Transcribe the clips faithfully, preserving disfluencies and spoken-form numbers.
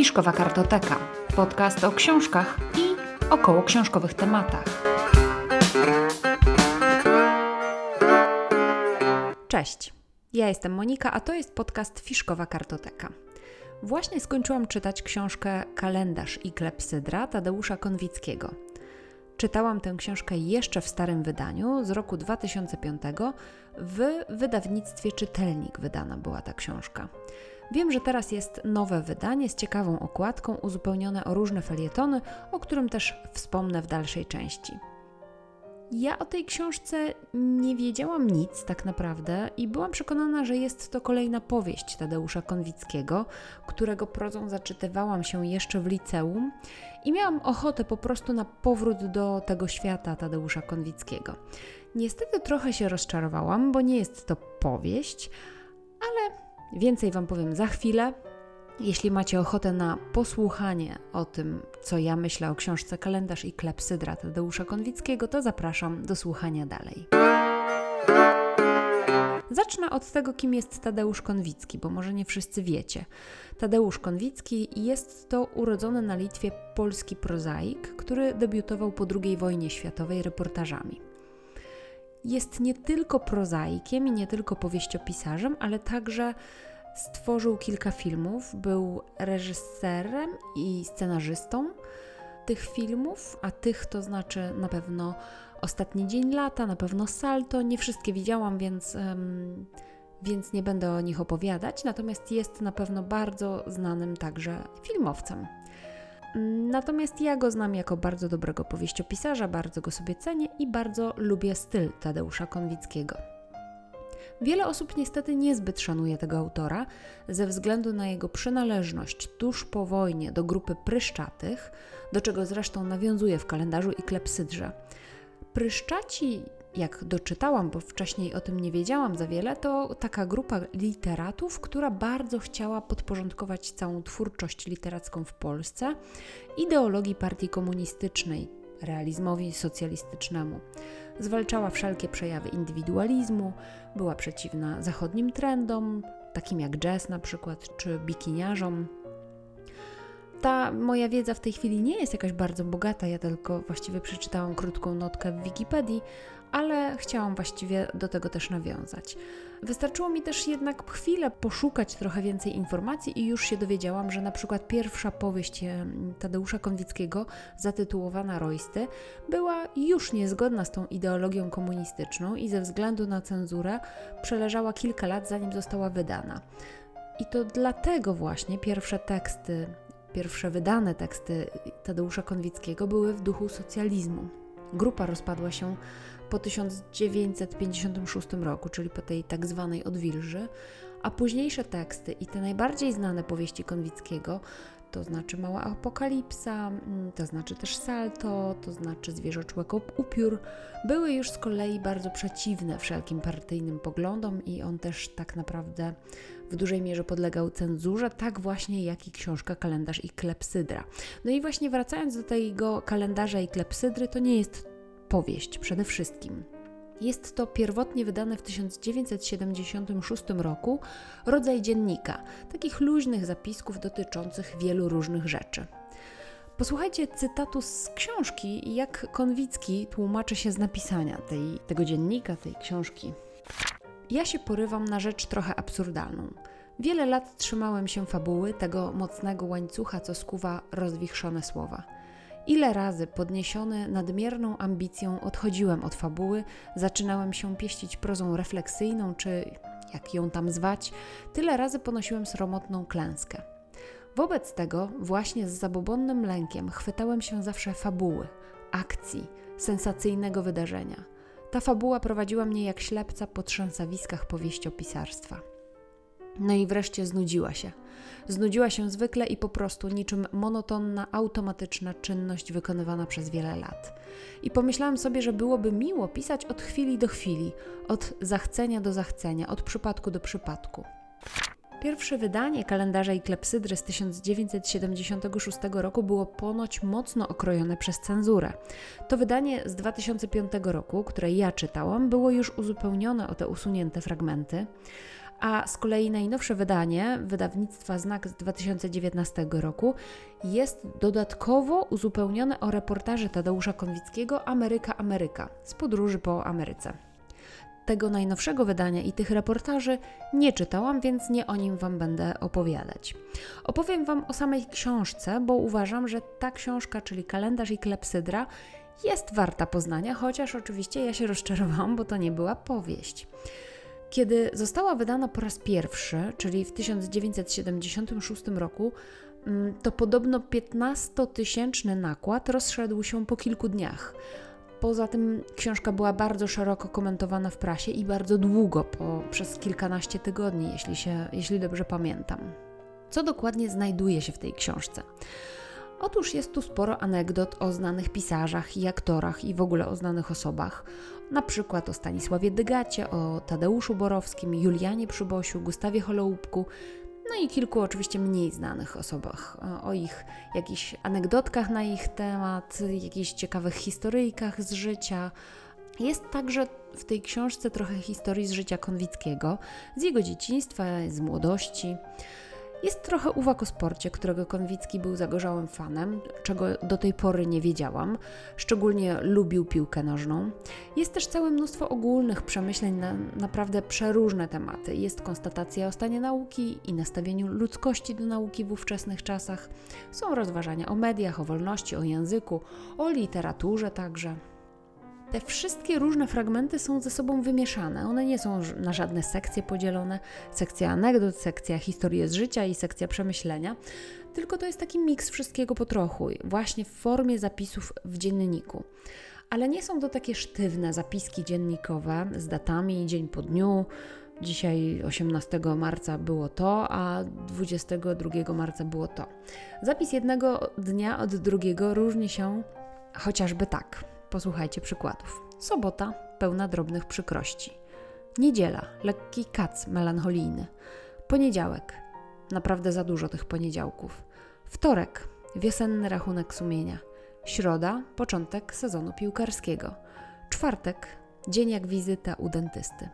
Fiszkowa Kartoteka. Podcast o książkach i około książkowych tematach. Cześć, ja jestem Monika, a to jest podcast Fiszkowa Kartoteka. Właśnie skończyłam czytać książkę Kalendarz i klepsydra Tadeusza Konwickiego. Czytałam tę książkę jeszcze w starym wydaniu z roku dwa tysiące piątego. W wydawnictwie Czytelnik wydana była ta książka. Wiem, że teraz jest nowe wydanie z ciekawą okładką, uzupełnione o różne felietony, o którym też wspomnę w dalszej części. Ja o tej książce nie wiedziałam nic tak naprawdę i byłam przekonana, że jest to kolejna powieść Tadeusza Konwickiego, którego prozą zaczytywałam się jeszcze w liceum i miałam ochotę po prostu na powrót do tego świata Tadeusza Konwickiego. Niestety trochę się rozczarowałam, bo nie jest to powieść, ale więcej Wam powiem za chwilę. Jeśli macie ochotę na posłuchanie o tym, co ja myślę o książce Kalendarz i klepsydra Tadeusza Konwickiego, to zapraszam do słuchania dalej. Zacznę od tego, kim jest Tadeusz Konwicki, bo może nie wszyscy wiecie. Tadeusz Konwicki jest to urodzony na Litwie polski prozaik, który debiutował po drugiej wojnie światowej reportażami. Jest nie tylko prozaikiem i nie tylko powieściopisarzem, ale także stworzył kilka filmów, był reżyserem i scenarzystą tych filmów, a tych to znaczy na pewno Ostatni dzień lata, na pewno Salto. Nie wszystkie widziałam, więc, um, więc nie będę o nich opowiadać, natomiast jest na pewno bardzo znanym także filmowcem. Natomiast ja go znam jako bardzo dobrego powieściopisarza, bardzo go sobie cenię i bardzo lubię styl Tadeusza Konwickiego. Wiele osób niestety niezbyt szanuje tego autora ze względu na jego przynależność tuż po wojnie do grupy Pryszczatych, do czego zresztą nawiązuje w Kalendarzu i klepsydrze. Pryszczaci, jak doczytałam, bo wcześniej o tym nie wiedziałam za wiele, to taka grupa literatów, która bardzo chciała podporządkować całą twórczość literacką w Polsce ideologii partii komunistycznej, realizmowi socjalistycznemu. Zwalczała wszelkie przejawy indywidualizmu, była przeciwna zachodnim trendom, takim jak jazz na przykład, czy bikiniarzom. Ta moja wiedza w tej chwili nie jest jakaś bardzo bogata, ja tylko właściwie przeczytałam krótką notkę w Wikipedii, ale chciałam właściwie do tego też nawiązać. Wystarczyło mi też jednak chwilę poszukać trochę więcej informacji i już się dowiedziałam, że na przykład pierwsza powieść Tadeusza Konwickiego, zatytułowana Roysty, była już niezgodna z tą ideologią komunistyczną i ze względu na cenzurę przeleżała kilka lat, zanim została wydana. I to dlatego właśnie pierwsze teksty, pierwsze wydane teksty Tadeusza Konwickiego były w duchu socjalizmu. Grupa rozpadła się po tysiąc dziewięćset pięćdziesiątym szóstym roku, czyli po tej tak zwanej odwilży, a późniejsze teksty i te najbardziej znane powieści Konwickiego, to znaczy Mała apokalipsa, to znaczy też Salto, to znaczy Zwierzoczłek upiór, były już z kolei bardzo przeciwne wszelkim partyjnym poglądom i on też tak naprawdę w dużej mierze podlegał cenzurze, tak właśnie jak i książka Kalendarz i klepsydra. No i właśnie wracając do tego Kalendarza i klepsydry, to nie jest powieść przede wszystkim. Jest to pierwotnie wydany w tysiąc dziewięćset siedemdziesiątym szóstym roku rodzaj dziennika, takich luźnych zapisków dotyczących wielu różnych rzeczy. Posłuchajcie cytatu z książki, jak Konwicki tłumaczy się z napisania tej, tego dziennika, tej książki. Ja się porywam na rzecz trochę absurdalną. Wiele lat trzymałem się fabuły, tego mocnego łańcucha, co skuwa rozwichrzone słowa. Ile razy podniesiony nadmierną ambicją odchodziłem od fabuły, zaczynałem się pieścić prozą refleksyjną, czy jak ją tam zwać, tyle razy ponosiłem sromotną klęskę. Wobec tego właśnie z zabobonnym lękiem chwytałem się zawsze fabuły, akcji, sensacyjnego wydarzenia. Ta fabuła prowadziła mnie jak ślepca po trzęsawiskach powieściopisarstwa. No i wreszcie znudziła się. Znudziła się zwykle i po prostu niczym monotonna, automatyczna czynność wykonywana przez wiele lat. I pomyślałam sobie, że byłoby miło pisać od chwili do chwili, od zachcenia do zachcenia, od przypadku do przypadku. Pierwsze wydanie Kalendarza i klepsydry z tysiąc dziewięćset siedemdziesiątego szóstego roku było ponoć mocno okrojone przez cenzurę. To wydanie z dwa tysiące piątego roku, które ja czytałam, było już uzupełnione o te usunięte fragmenty, A z kolei najnowsze wydanie wydawnictwa Znak z dwa tysiące dziewiętnastego roku jest dodatkowo uzupełnione o reportaże Tadeusza Konwickiego Ameryka, Ameryka z podróży po Ameryce. Tego najnowszego wydania i tych reportaży nie czytałam, więc nie o nim Wam będę opowiadać. Opowiem Wam o samej książce, bo uważam, że ta książka, czyli Kalendarz i klepsydra, jest warta poznania, chociaż oczywiście ja się rozczarowałam, bo to nie była powieść. Kiedy została wydana po raz pierwszy, czyli w tysiąc dziewięćset siedemdziesiątym szóstym roku, to podobno piętnastotysięczny nakład rozszedł się po kilku dniach. Poza tym książka była bardzo szeroko komentowana w prasie i bardzo długo, po, przez kilkanaście tygodni, jeśli, się, jeśli dobrze pamiętam. Co dokładnie znajduje się w tej książce? Otóż jest tu sporo anegdot o znanych pisarzach i aktorach i w ogóle o znanych osobach. Na przykład o Stanisławie Dygacie, o Tadeuszu Borowskim, Julianie Przybosiu, Gustawie Holoubku, no i kilku oczywiście mniej znanych osobach, o ich jakichś anegdotkach na ich temat, jakichś ciekawych historyjkach z życia. Jest także w tej książce trochę historii z życia Konwickiego, z jego dzieciństwa, z młodości. Jest trochę uwag o sporcie, którego Konwicki był zagorzałym fanem, czego do tej pory nie wiedziałam. Szczególnie lubił piłkę nożną. Jest też całe mnóstwo ogólnych przemyśleń na naprawdę przeróżne tematy. Jest konstatacja o stanie nauki i nastawieniu ludzkości do nauki w ówczesnych czasach. Są rozważania o mediach, o wolności, o języku, o literaturze także. Te wszystkie różne fragmenty są ze sobą wymieszane. One nie są na żadne sekcje podzielone. Sekcja anegdot, sekcja historii z życia i sekcja przemyślenia. Tylko to jest taki miks wszystkiego po trochu, właśnie w formie zapisów w dzienniku. Ale nie są to takie sztywne zapiski dziennikowe z datami dzień po dniu. Dzisiaj osiemnastego marca było to, a dwudziestego drugiego marca było to. Zapis jednego dnia od drugiego różni się chociażby tak. Posłuchajcie przykładów. Sobota pełna drobnych przykrości. Niedziela lekki kac melancholijny. Poniedziałek naprawdę za dużo tych poniedziałków. Wtorek wiosenny rachunek sumienia. Środa początek sezonu piłkarskiego. Czwartek dzień jak wizyta u dentysty.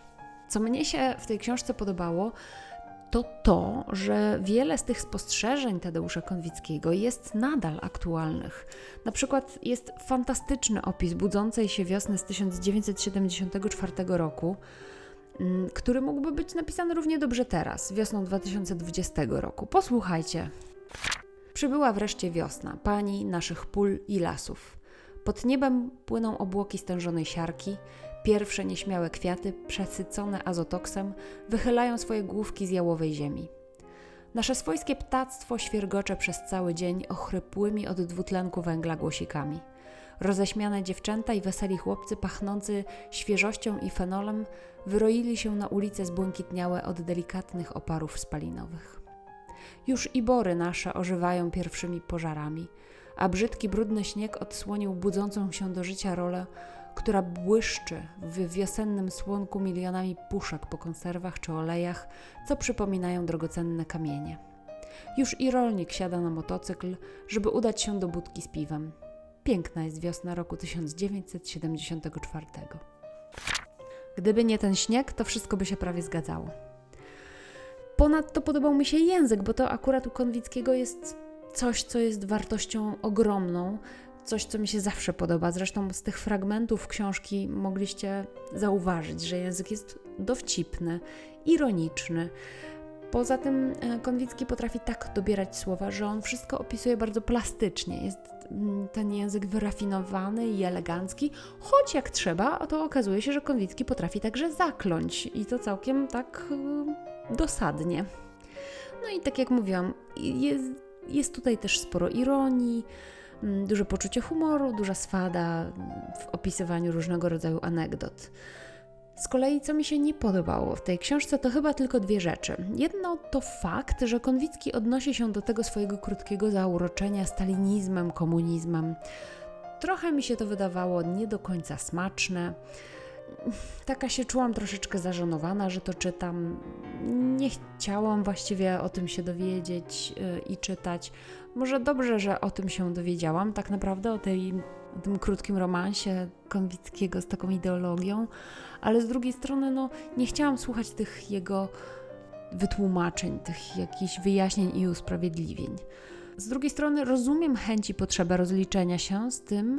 Co mnie się w tej książce podobało, to to, że wiele z tych spostrzeżeń Tadeusza Konwickiego jest nadal aktualnych. Na przykład jest fantastyczny opis budzącej się wiosny z tysiąc dziewięćset siedemdziesiątego czwartego roku, który mógłby być napisany równie dobrze teraz, wiosną dwa tysiące dwudziestego roku. Posłuchajcie. Przybyła wreszcie wiosna, pani naszych pól i lasów. Pod niebem płyną obłoki stężonej siarki, pierwsze nieśmiałe kwiaty, przesycone azotoksem, wychylają swoje główki z jałowej ziemi. Nasze swojskie ptactwo świergocze przez cały dzień ochrypłymi od dwutlenku węgla głosikami. Roześmiane dziewczęta i weseli chłopcy pachnący świeżością i fenolem wyroili się na ulice zbłękitniałe od delikatnych oparów spalinowych. Już i bory nasze ożywają pierwszymi pożarami, a brzydki, brudny śnieg odsłonił budzącą się do życia rolę, która błyszczy w wiosennym słonku milionami puszek po konserwach czy olejach, co przypominają drogocenne kamienie. Już i rolnik siada na motocykl, żeby udać się do budki z piwem. Piękna jest wiosna roku tysiąc dziewięćset siedemdziesiątego czwartego. Gdyby nie ten śnieg, to wszystko by się prawie zgadzało. Ponadto podobał mi się język, bo to akurat u Konwickiego jest coś, co jest wartością ogromną, coś, co mi się zawsze podoba. Zresztą z tych fragmentów książki mogliście zauważyć, że język jest dowcipny, ironiczny. Poza tym Konwicki potrafi tak dobierać słowa, że on wszystko opisuje bardzo plastycznie. Jest ten język wyrafinowany i elegancki, choć jak trzeba, to okazuje się, że Konwicki potrafi także zakląć i to całkiem tak dosadnie. No i tak jak mówiłam, jest, jest tutaj też sporo ironii, duże poczucie humoru, duża swada w opisywaniu różnego rodzaju anegdot. Z kolei, co mi się nie podobało w tej książce, to chyba tylko dwie rzeczy. Jedno to fakt, że Konwicki odnosi się do tego swojego krótkiego zauroczenia stalinizmem, komunizmem. Trochę mi się to wydawało nie do końca smaczne. Taka się czułam troszeczkę zażenowana, że to czytam. Nie chciałam właściwie o tym się dowiedzieć yy, i czytać. Może dobrze, że o tym się dowiedziałam, tak naprawdę o tej o tym krótkim romansie Konwickiego z taką ideologią, ale z drugiej strony no, nie chciałam słuchać tych jego wytłumaczeń, tych jakichś wyjaśnień i usprawiedliwień. Z drugiej strony rozumiem chęć i potrzebę rozliczenia się z tym,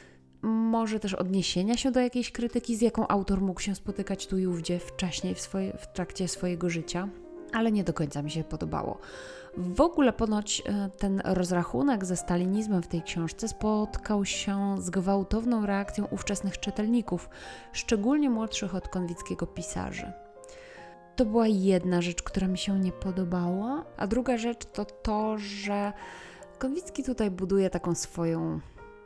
może też odniesienia się do jakiejś krytyki, z jaką autor mógł się spotykać tu i ówdzie wcześniej w, swoje, w trakcie swojego życia, ale nie do końca mi się podobało. W ogóle ponoć ten rozrachunek ze stalinizmem w tej książce spotkał się z gwałtowną reakcją ówczesnych czytelników, szczególnie młodszych od Konwickiego pisarzy. To była jedna rzecz, która mi się nie podobała, a druga rzecz to to, że Konwicki tutaj buduje taką swoją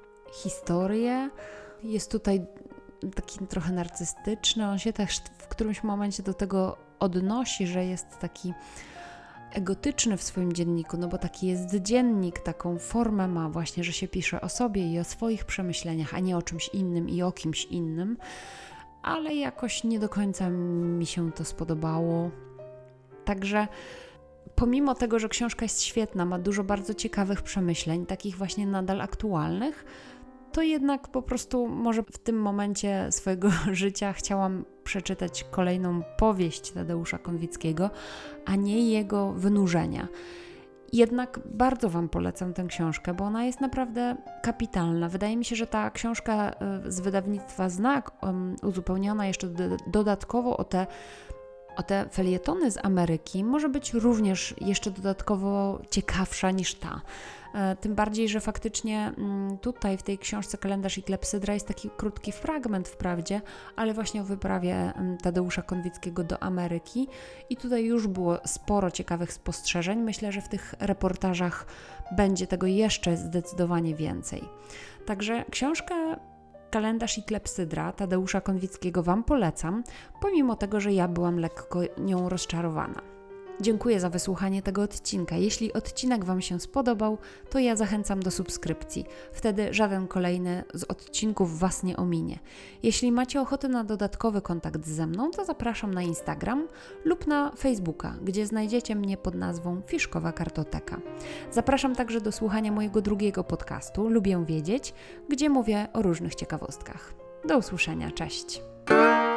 historię. Jest tutaj taki trochę narcystyczny. On się też w którymś momencie do tego odnosi, że jest taki egotyczny w swoim dzienniku, no bo taki jest dziennik, taką formę ma właśnie, że się pisze o sobie i o swoich przemyśleniach, a nie o czymś innym i o kimś innym. Ale jakoś nie do końca mi się to spodobało. Także pomimo tego, że książka jest świetna, ma dużo bardzo ciekawych przemyśleń, takich właśnie nadal aktualnych, to jednak po prostu może w tym momencie swojego życia chciałam przeczytać kolejną powieść Tadeusza Konwickiego, a nie jego wynurzenia. Jednak bardzo Wam polecam tę książkę, bo ona jest naprawdę kapitalna. Wydaje mi się, że ta książka z wydawnictwa Znak, um, uzupełniona jeszcze do, dodatkowo o te, o te felietony z Ameryki, może być również jeszcze dodatkowo ciekawsza niż ta. E, tym bardziej, że faktycznie m, tutaj w tej książce Kalendarz i Klepsydra jest taki krótki fragment wprawdzie, ale właśnie o wyprawie m, Tadeusza Konwickiego do Ameryki i tutaj już było sporo ciekawych spostrzeżeń. Myślę, że w tych reportażach będzie tego jeszcze zdecydowanie więcej. Także książkę Kalendarz i Klepsydra Tadeusza Konwickiego Wam polecam, pomimo tego, że ja byłam lekko nią rozczarowana. Dziękuję za wysłuchanie tego odcinka. Jeśli odcinek Wam się spodobał, to ja zachęcam do subskrypcji. Wtedy żaden kolejny z odcinków Was nie ominie. Jeśli macie ochotę na dodatkowy kontakt ze mną, to zapraszam na Instagram lub na Facebooka, gdzie znajdziecie mnie pod nazwą Fiszkowa Kartoteka. Zapraszam także do słuchania mojego drugiego podcastu Lubię Wiedzieć, gdzie mówię o różnych ciekawostkach. Do usłyszenia, cześć!